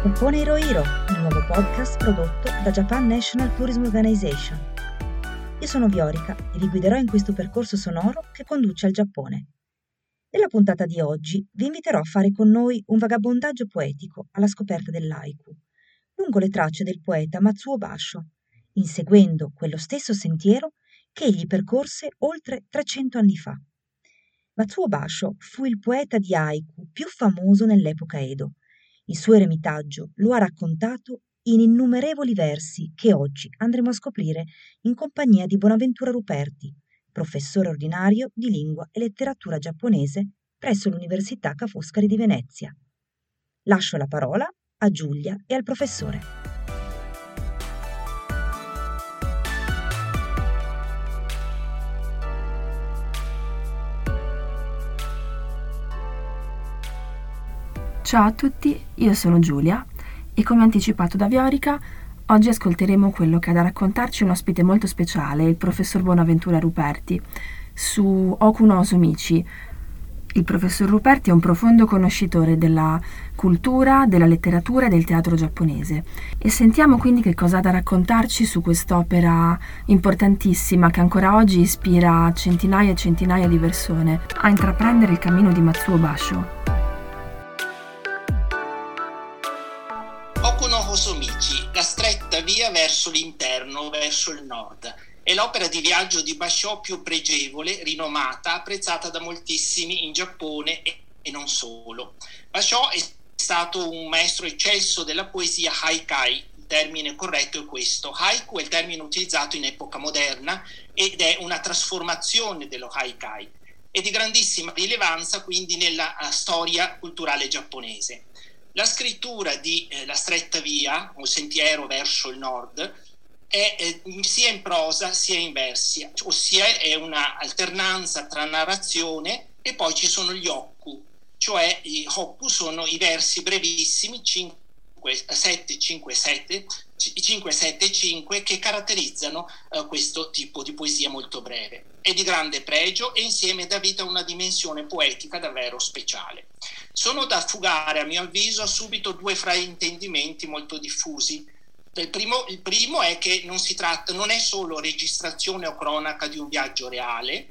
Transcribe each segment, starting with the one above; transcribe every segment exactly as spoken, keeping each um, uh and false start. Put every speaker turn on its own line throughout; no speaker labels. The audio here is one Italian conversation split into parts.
Oppone Hiro Hiro, il nuovo podcast prodotto da Japan National Tourism Organization. Io sono Viorica e vi guiderò in questo percorso sonoro che conduce al Giappone. Nella puntata di oggi vi inviterò a fare con noi un vagabondaggio poetico alla scoperta dell'haiku, lungo le tracce del poeta Matsuo Basho, inseguendo quello stesso sentiero che egli percorse oltre trecento anni fa. Matsuo Basho fu il poeta di haiku più famoso nell'epoca Edo. Il suo eremitaggio lo ha raccontato in innumerevoli versi che oggi andremo a scoprire in compagnia di Bonaventura Ruperti, professore ordinario di lingua e letteratura giapponese presso l'Università Ca' Foscari di Venezia. Lascio la parola a Giulia e al professore.
Ciao a tutti, io sono Giulia e come anticipato da Viorica, oggi ascolteremo quello che ha da raccontarci un ospite molto speciale, il professor Bonaventura Ruperti, su Oku no Osumichi. Il professor Ruperti è un profondo conoscitore della cultura, della letteratura e del teatro giapponese e sentiamo quindi che cosa ha da raccontarci su quest'opera importantissima che ancora oggi ispira centinaia e centinaia di persone a intraprendere il cammino di Matsuo Basho.
Oku no Osumichi, la stretta via verso l'interno, verso il nord. È l'opera di viaggio di Basho più pregevole, rinomata, apprezzata da moltissimi in Giappone e, e non solo. Basho è stato un maestro eccelso della poesia haikai. Il termine corretto è questo. Haiku è il termine utilizzato in epoca moderna ed è una trasformazione dello haikai. È di grandissima rilevanza quindi nella uh, storia culturale giapponese. La scrittura di eh, La stretta via, o sentiero verso il nord, è eh, sia in prosa sia in versi, ossia è una alternanza tra narrazione e poi ci sono gli hokku, cioè i hokku sono i versi brevissimi cinque, sette, cinque, sette, cinque, sette, cinque che caratterizzano eh, questo tipo di poesia molto breve. È di grande pregio e insieme dà vita a una dimensione poetica davvero speciale. Sono da fugare, a mio avviso, subito due fraintendimenti molto diffusi. Il primo, il primo è che non si tratta, non è solo registrazione o cronaca di un viaggio reale,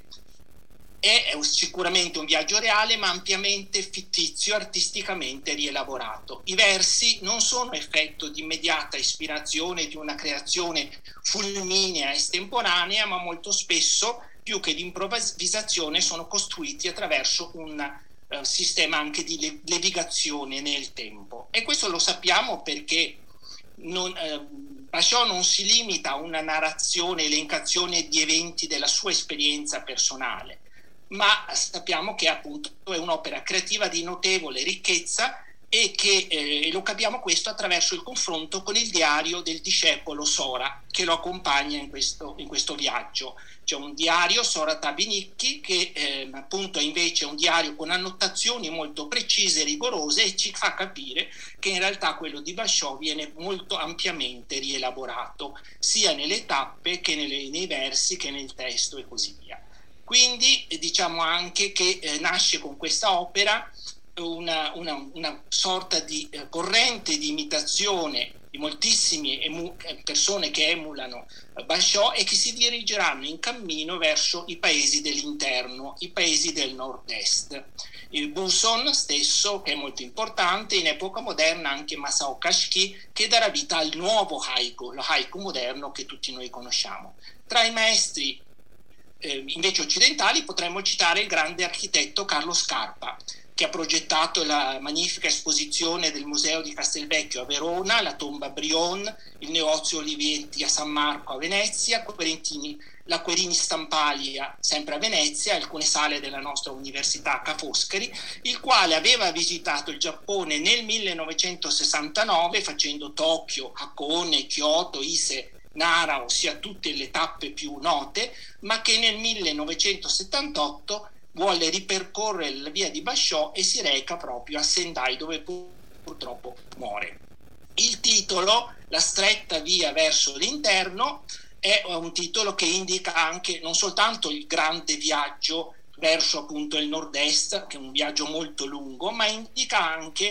è sicuramente un viaggio reale ma ampiamente fittizio, artisticamente rielaborato. I versi non sono effetto di immediata ispirazione di una creazione fulminea estemporanea, ma molto spesso, più che di improvvisazione, sono costruiti attraverso un uh, sistema anche di le- levigazione nel tempo. E questo lo sappiamo perché Non, eh, Basho non si limita a una narrazione, elencazione di eventi della sua esperienza personale, ma sappiamo che appunto è un'opera creativa di notevole ricchezza e che eh, lo capiamo questo attraverso il confronto con il diario del discepolo Sora che lo accompagna in questo, in questo viaggio. C'è un diario, Sora Tabinikki, che eh, appunto è invece un diario con annotazioni molto precise e rigorose e ci fa capire che in realtà quello di Basho viene molto ampiamente rielaborato, sia nelle tappe che nelle, nei versi che nel testo e così via. Quindi eh, diciamo anche che eh, nasce con questa opera una, una, una sorta di eh, corrente di imitazione di moltissime emu- persone che emulano Basho e che si dirigeranno in cammino verso i paesi dell'interno, i paesi del nord-est. Il Buson stesso, che è molto importante, in epoca moderna anche Masao Kashiki, che darà vita al nuovo haiku, lo haiku moderno che tutti noi conosciamo. Tra i maestri eh, invece occidentali potremmo citare il grande architetto Carlo Scarpa, che ha progettato la magnifica esposizione del Museo di Castelvecchio a Verona, la tomba Brion, il negozio Olivetti a San Marco a Venezia, Querentini, la Querini Stampalia sempre a Venezia, alcune sale della nostra Università Ca' Foscari, il quale aveva visitato il Giappone nel millenovecentosessantanove facendo Tokyo, Hakone, Kyoto, Ise, Nara, ossia tutte le tappe più note, ma che nel millenovecentosettantotto vuole ripercorrere la via di Basho e si reca proprio a Sendai, dove purtroppo muore. Il titolo, La stretta via verso l'interno, è un titolo che indica anche non soltanto il grande viaggio verso appunto il nord-est, che è un viaggio molto lungo, ma indica anche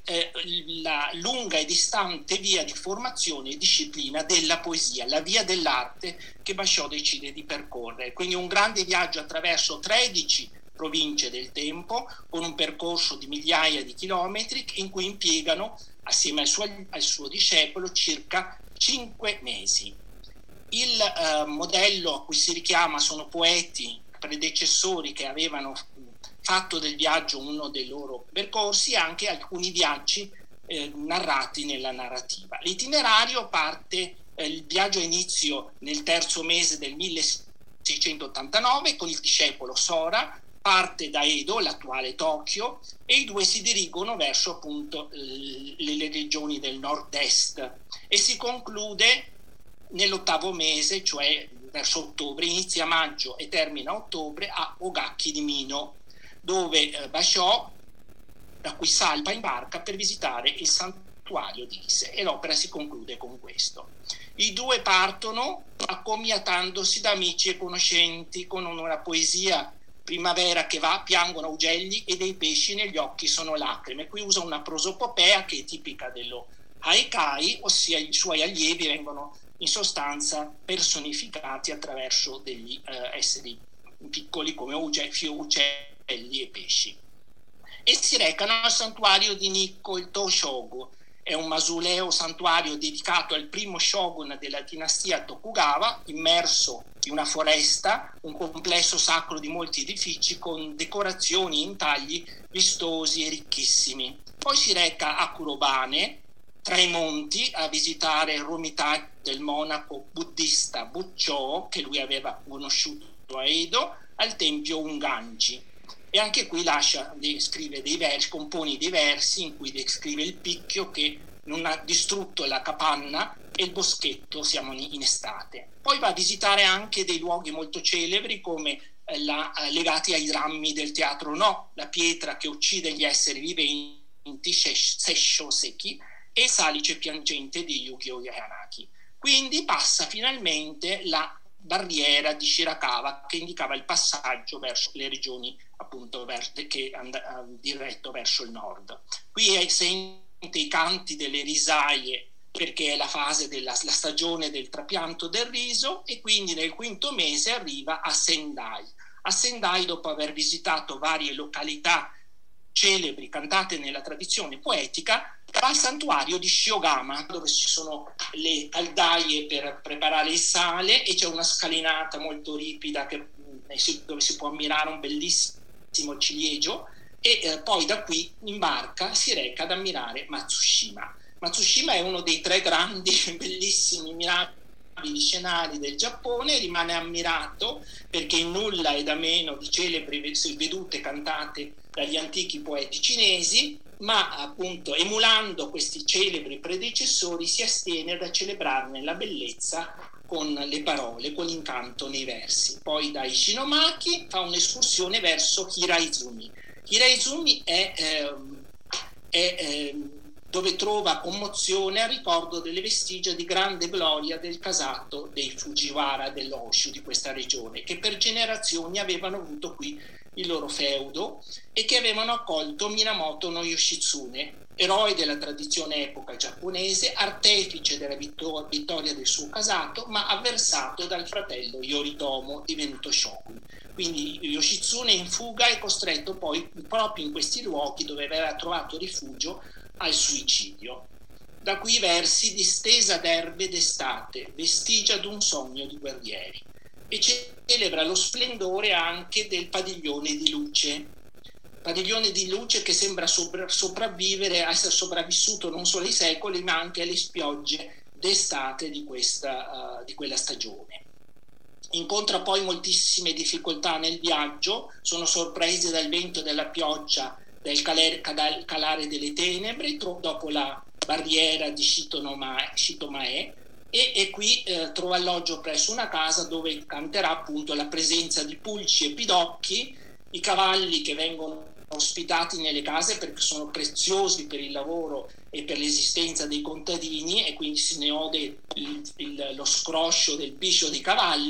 eh, la lunga e distante via di formazione e disciplina della poesia, la via dell'arte che Basciò decide di percorrere. Quindi un grande viaggio attraverso tredici province del tempo, con un percorso di migliaia di chilometri in cui impiegano, assieme al suo, al suo discepolo, circa cinque mesi. Il eh, modello a cui si richiama sono poeti predecessori che avevano fatto del viaggio uno dei loro percorsi e anche alcuni viaggi eh, narrati nella narrativa. L'itinerario parte, eh, il viaggio ha inizio nel terzo mese del milleseicentottantanove con il discepolo Sora, parte da Edo, l'attuale Tokyo, e i due si dirigono verso appunto le, le regioni del nord-est e si conclude nell'ottavo mese, cioè verso ottobre, inizia maggio e termina ottobre a Ogaki di Mino, dove eh, Basciò, da cui salpa in barca per visitare il santuario di Ise, e l'opera si conclude con questo. I due partono accomiatandosi da amici e conoscenti con una poesia primavera che va, piangono ugelli e dei pesci negli occhi sono lacrime. Qui usa una prosopopea che è tipica dello haikai, ossia i suoi allievi vengono in sostanza personificati attraverso degli eh, esseri piccoli come uccelli e pesci. E si recano al santuario di Nikko, il Toshogu. È un mausoleo santuario dedicato al primo shogun della dinastia Tokugawa, immerso in una foresta, un complesso sacro di molti edifici con decorazioni e intagli vistosi e ricchissimi. Poi si reca a Kurobane, tra i monti, a visitare il Romitaggio del monaco buddista Bucciò, che lui aveva conosciuto a Edo, al tempio Unganji. E anche qui lascia, scrive dei versi, compone dei versi in cui descrive il picchio che non ha distrutto la capanna e il boschetto, siamo in estate. Poi va a visitare anche dei luoghi molto celebri come la, legati ai drammi del teatro No, la pietra che uccide gli esseri viventi, Sessho Seki, e Salice piangente di Yukio Yanagi. Quindi passa finalmente la barriera di Shirakawa che indicava il passaggio verso le regioni appunto verde, che and- diretto verso il nord. Qui è, sente i canti delle risaie perché è la fase della la stagione del trapianto del riso, e quindi nel quinto mese arriva a Sendai. A Sendai, dopo aver visitato varie località celebri cantate nella tradizione poetica, va al santuario di Shiogama, dove ci sono le caldaie per preparare il sale e c'è una scalinata molto ripida che, dove si può ammirare un bellissimo ciliegio, e eh, poi da qui in barca si reca ad ammirare Matsushima. Matsushima è uno dei tre grandi, bellissimi, mirabili scenari del Giappone, rimane ammirato perché in nulla è da meno di celebri vedute cantate dagli antichi poeti cinesi, ma appunto emulando questi celebri predecessori si astiene da celebrarne la bellezza con le parole, con l'incanto nei versi. Poi da Ishinomaki fa un'escursione verso Hiraizumi. Hiraizumi è, eh, è eh, dove trova commozione a ricordo delle vestigia di grande gloria del casato dei Fujiwara dell'Oshu di questa regione, che per generazioni avevano avuto qui il loro feudo e che avevano accolto Minamoto no Yoshitsune, eroe della tradizione epoca giapponese, artefice della vittoria del suo casato, ma avversato dal fratello Yoritomo, divenuto shogun. Quindi Yoshitsune in fuga è costretto poi proprio in questi luoghi dove aveva trovato rifugio al suicidio. Da qui i versi: distesa d'erbe d'estate, vestigia d'un sogno di guerrieri. E celebra lo splendore anche del padiglione di luce, padiglione di luce che sembra sopra- sopravvivere, essere sopravvissuto non solo ai secoli ma anche alle spiogge d'estate di, questa, uh, di quella stagione. Incontra poi moltissime difficoltà nel viaggio, sono sorprese dal vento della pioggia, dal calare, calare delle tenebre, tro- dopo la barriera di Shitonomae, Shitomae, e, e qui eh, trova alloggio presso una casa dove canterà appunto la presenza di pulci e pidocchi, i cavalli che vengono ospitati nelle case perché sono preziosi per il lavoro e per l'esistenza dei contadini, e quindi si ne ode il, il, lo scroscio del piscio dei cavalli,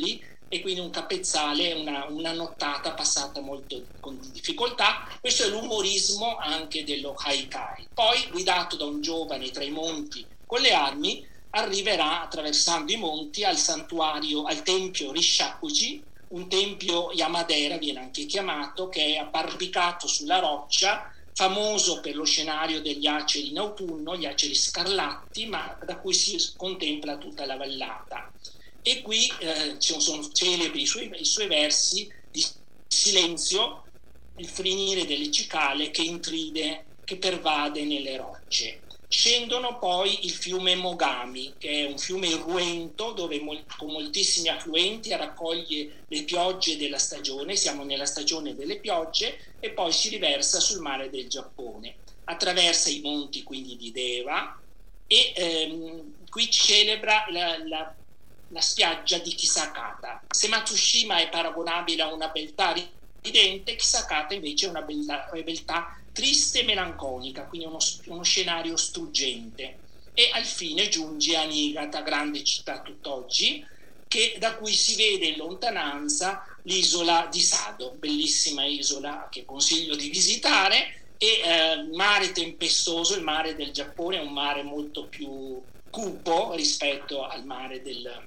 e quindi un capezzale, una, una nottata passata molto con difficoltà. Questo è l'umorismo anche dello haikai. Poi, guidato da un giovane tra i monti con le armi, arriverà attraversando i monti al santuario, al tempio Rishakuji, un tempio Yamadera viene anche chiamato, che è abbarbicato sulla roccia, famoso per lo scenario degli aceri in autunno, gli aceri scarlatti, ma da cui si contempla tutta la vallata. E qui eh, sono celebri i suoi, i suoi versi di silenzio, il finire delle cicale che intride, che pervade nelle rocce. Scendono poi il fiume Mogami, che è un fiume irruento dove mol- con moltissimi affluenti raccoglie le piogge della stagione, siamo nella stagione delle piogge, e poi si riversa sul mare del Giappone. Attraversa i monti quindi di Deva e ehm, qui celebra la, la, la spiaggia di Kisakata. Se Matsushima è paragonabile a una beltà ridente, Kisakata invece è una beltà, una beltà triste e melanconica, quindi uno, uno scenario struggente. E al fine giunge a Niigata, grande città tutt'oggi, che, da cui si vede in lontananza l'isola di Sado, bellissima isola che consiglio di visitare, e eh, mare tempestoso. Il mare del Giappone è un mare molto più cupo rispetto al mare del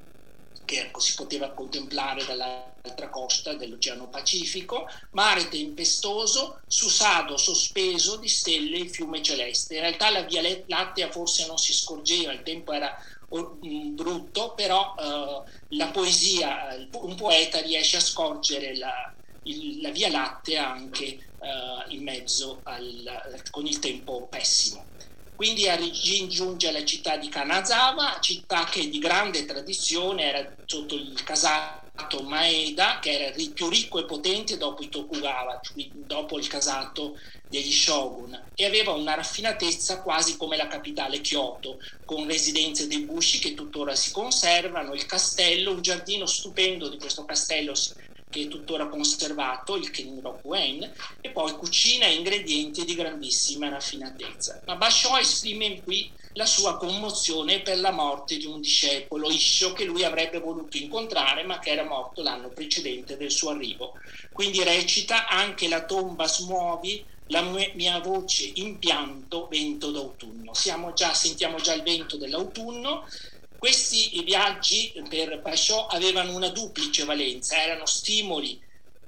che ecco, si poteva contemplare dall'altra costa dell'Oceano Pacifico, mare tempestoso, su Sado sospeso di stelle il fiume celeste. In realtà la Via Lattea forse non si scorgeva, il tempo era brutto, però eh, la poesia, un poeta riesce a scorgere la, il, la Via Lattea anche eh, in mezzo al, con il tempo pessimo. Quindi giunge alla città di Kanazawa, città che di grande tradizione era sotto il casato Maeda, che era il più ricco e potente dopo i Tokugawa, dopo il casato degli shogun, e aveva una raffinatezza quasi come la capitale Kyoto, con residenze dei bushi che tuttora si conservano, il castello, un giardino stupendo di questo castello che è tuttora conservato, il Kenrokuen, e poi cucina e ingredienti di grandissima raffinatezza. Ma Basho esprime qui la sua commozione per la morte di un discepolo, Issho, che lui avrebbe voluto incontrare ma che era morto l'anno precedente del suo arrivo. Quindi recita: anche la tomba smuovi, la mia voce in pianto, vento d'autunno. Siamo già, sentiamo già il vento dell'autunno. Questi viaggi per Basho avevano una duplice valenza, erano stimoli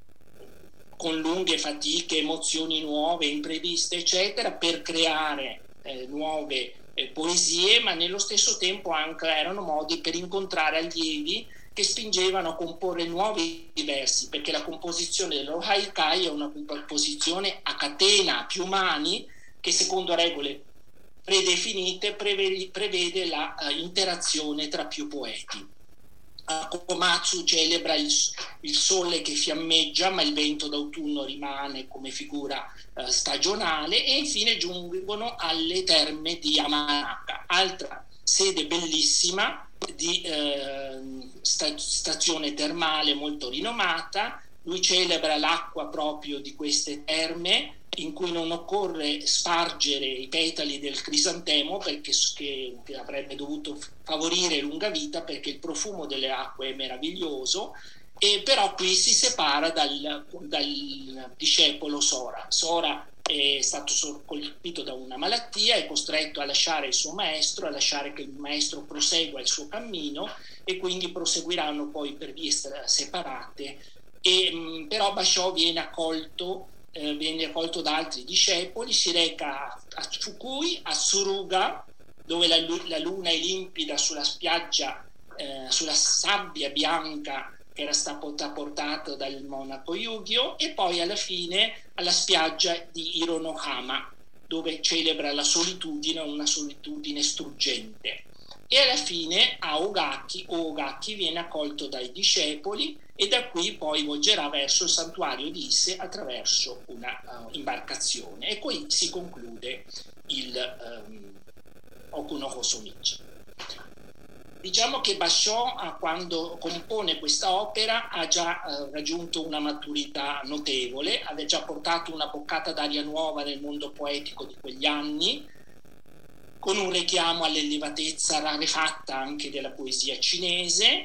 con lunghe fatiche, emozioni nuove, impreviste, eccetera, per creare eh, nuove eh, poesie, ma nello stesso tempo anche erano modi per incontrare allievi che spingevano a comporre nuovi versi, perché la composizione dello haikai è una composizione a catena, a più mani, che secondo regole predefinite prevede, prevede la uh, interazione tra più poeti. Uh, Komatsu celebra il, il sole che fiammeggia, ma il vento d'autunno rimane come figura uh, stagionale, e infine giungono alle terme di Yamanaka, altra sede bellissima di uh, sta, stazione termale molto rinomata. Lui celebra l'acqua proprio di queste terme, in cui non occorre spargere i petali del crisantemo, perché che, che avrebbe dovuto favorire lunga vita, perché il profumo delle acque è meraviglioso. E però qui si separa dal, dal discepolo Sora. Sora è stato colpito da una malattia, è costretto a lasciare il suo maestro, a lasciare che il maestro prosegua il suo cammino, e quindi proseguiranno poi per vie separate. E, mh, però Basho viene accolto Eh, viene accolto da altri discepoli, si reca a Fukui, a Suruga, dove la, la luna è limpida sulla spiaggia, eh, sulla sabbia bianca che era stata portata dal monaco Yugyo, e poi alla fine alla spiaggia di Hironohama, dove celebra la solitudine, una solitudine struggente. E alla fine a Ogaki, Ogaki viene accolto dai discepoli, e da qui poi volgerà verso il santuario di Ise attraverso una uh, imbarcazione, e qui si conclude il um, Okuno Hosomichi. Diciamo che Basho, quando compone questa opera, ha già uh, raggiunto una maturità notevole, aveva già portato una boccata d'aria nuova nel mondo poetico di quegli anni, con un richiamo all'elevatezza rarefatta anche della poesia cinese,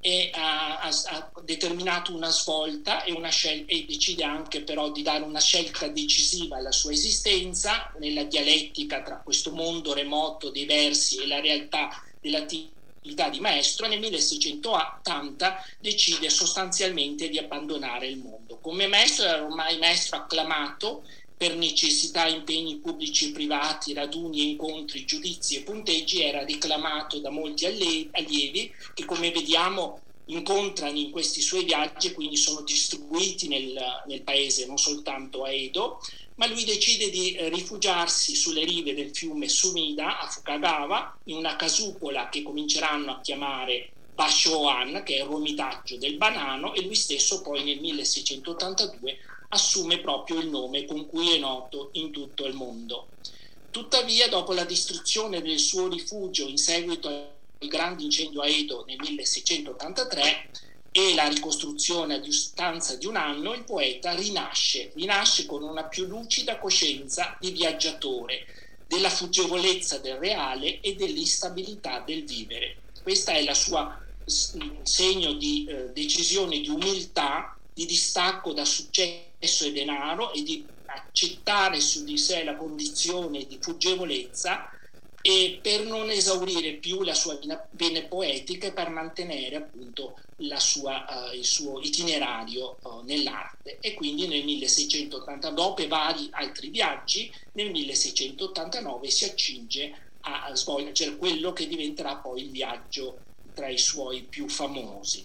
e ha, ha, ha determinato una svolta e, una scel- e decide anche però di dare una scelta decisiva alla sua esistenza nella dialettica tra questo mondo remoto dei versi e la realtà dell'attività di maestro. Nel milleseicentottanta decide sostanzialmente di abbandonare il mondo. Come maestro era ormai maestro acclamato per necessità, impegni pubblici e privati, raduni, incontri, giudizi e punteggi. Era reclamato da molti allievi che, come vediamo, incontrano in questi suoi viaggi e quindi sono distribuiti nel, nel paese, non soltanto a Edo, ma lui decide di rifugiarsi sulle rive del fiume Sumida a Fukagawa, in una casupola che cominceranno a chiamare Bashoan, che è il romitaggio del banano, e lui stesso poi nel milleseicentottantadue assume proprio il nome con cui è noto in tutto il mondo. Tuttavia, dopo la distruzione del suo rifugio in seguito al grande incendio a Edo nel milleseicentottantatré e la ricostruzione a distanza di un anno, il poeta rinasce, rinasce con una più lucida coscienza di viaggiatore, della fuggevolezza del reale e dell'instabilità del vivere. Questa è la sua segno di eh, decisione, di umiltà, di distacco da successo e denaro e di accettare su di sé la condizione di fuggevolezza, e per non esaurire più la sua vena poetica e per mantenere appunto la sua, uh, il suo itinerario uh, nell'arte. E quindi nel milleseicentottanta, dopo vari altri viaggi, nel milleseicentottantanove si accinge a, a svolgere quello che diventerà poi il viaggio tra i suoi più famosi.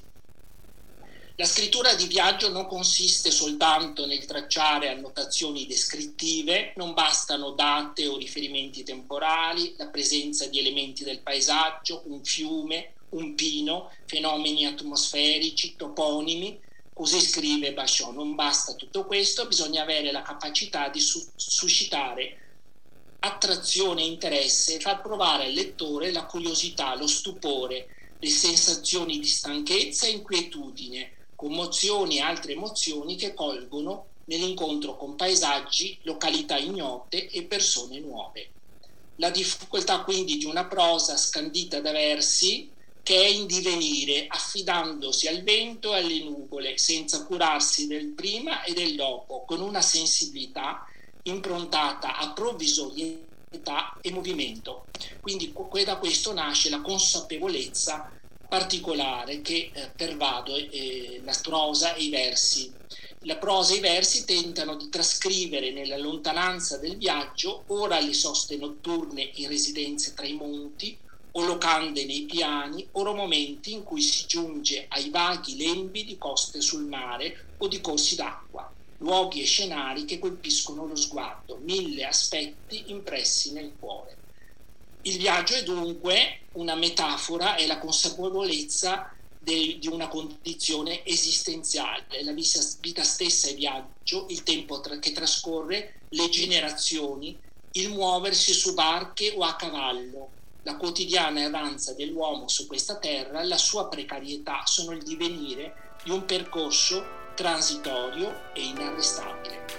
La scrittura di viaggio non consiste soltanto nel tracciare annotazioni descrittive, non bastano date o riferimenti temporali, la presenza di elementi del paesaggio, un fiume, un pino, fenomeni atmosferici, toponimi. Così scrive Basho. Non basta tutto questo, bisogna avere la capacità di su- suscitare attrazione e interesse e far provare al lettore la curiosità, lo stupore, le sensazioni di stanchezza e inquietudine, commozioni e altre emozioni che colgono nell'incontro con paesaggi, località ignote e persone nuove. La difficoltà quindi di una prosa scandita da versi che è in divenire, affidandosi al vento e alle nuvole, senza curarsi del prima e del dopo, con una sensibilità improntata a provvisorietà e movimento. Quindi da questo nasce la consapevolezza particolare che eh, pervade eh, la prosa e i versi. La prosa e i versi tentano di trascrivere nella lontananza del viaggio ora le soste notturne in residenze tra i monti, o locande nei piani, ora momenti in cui si giunge ai vaghi lembi di coste sul mare o di corsi d'acqua, luoghi e scenari che colpiscono lo sguardo, mille aspetti impressi nel cuore. Il viaggio è dunque una metafora, è la consapevolezza de, di una condizione esistenziale. La vita, vita stessa è viaggio, il tempo tra, che trascorre, le generazioni, il muoversi su barche o a cavallo, la quotidiana erranza dell'uomo su questa terra, la sua precarietà sono il divenire di un percorso transitorio e inarrestabile.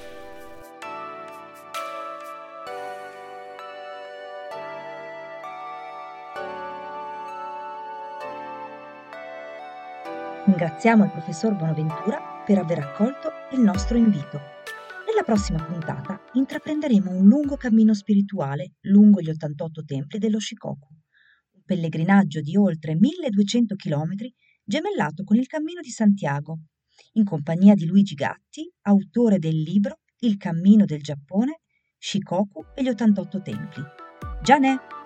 Ringraziamo il professor Bonaventura per aver accolto il nostro invito. Nella prossima puntata intraprenderemo un lungo cammino spirituale lungo gli ottantotto templi dello Shikoku, un pellegrinaggio di oltre milleduecento chilometri gemellato con il Cammino di Santiago, in compagnia di Luigi Gatti, autore del libro Il cammino del Giappone, Shikoku e gli ottantotto templi. Già ne!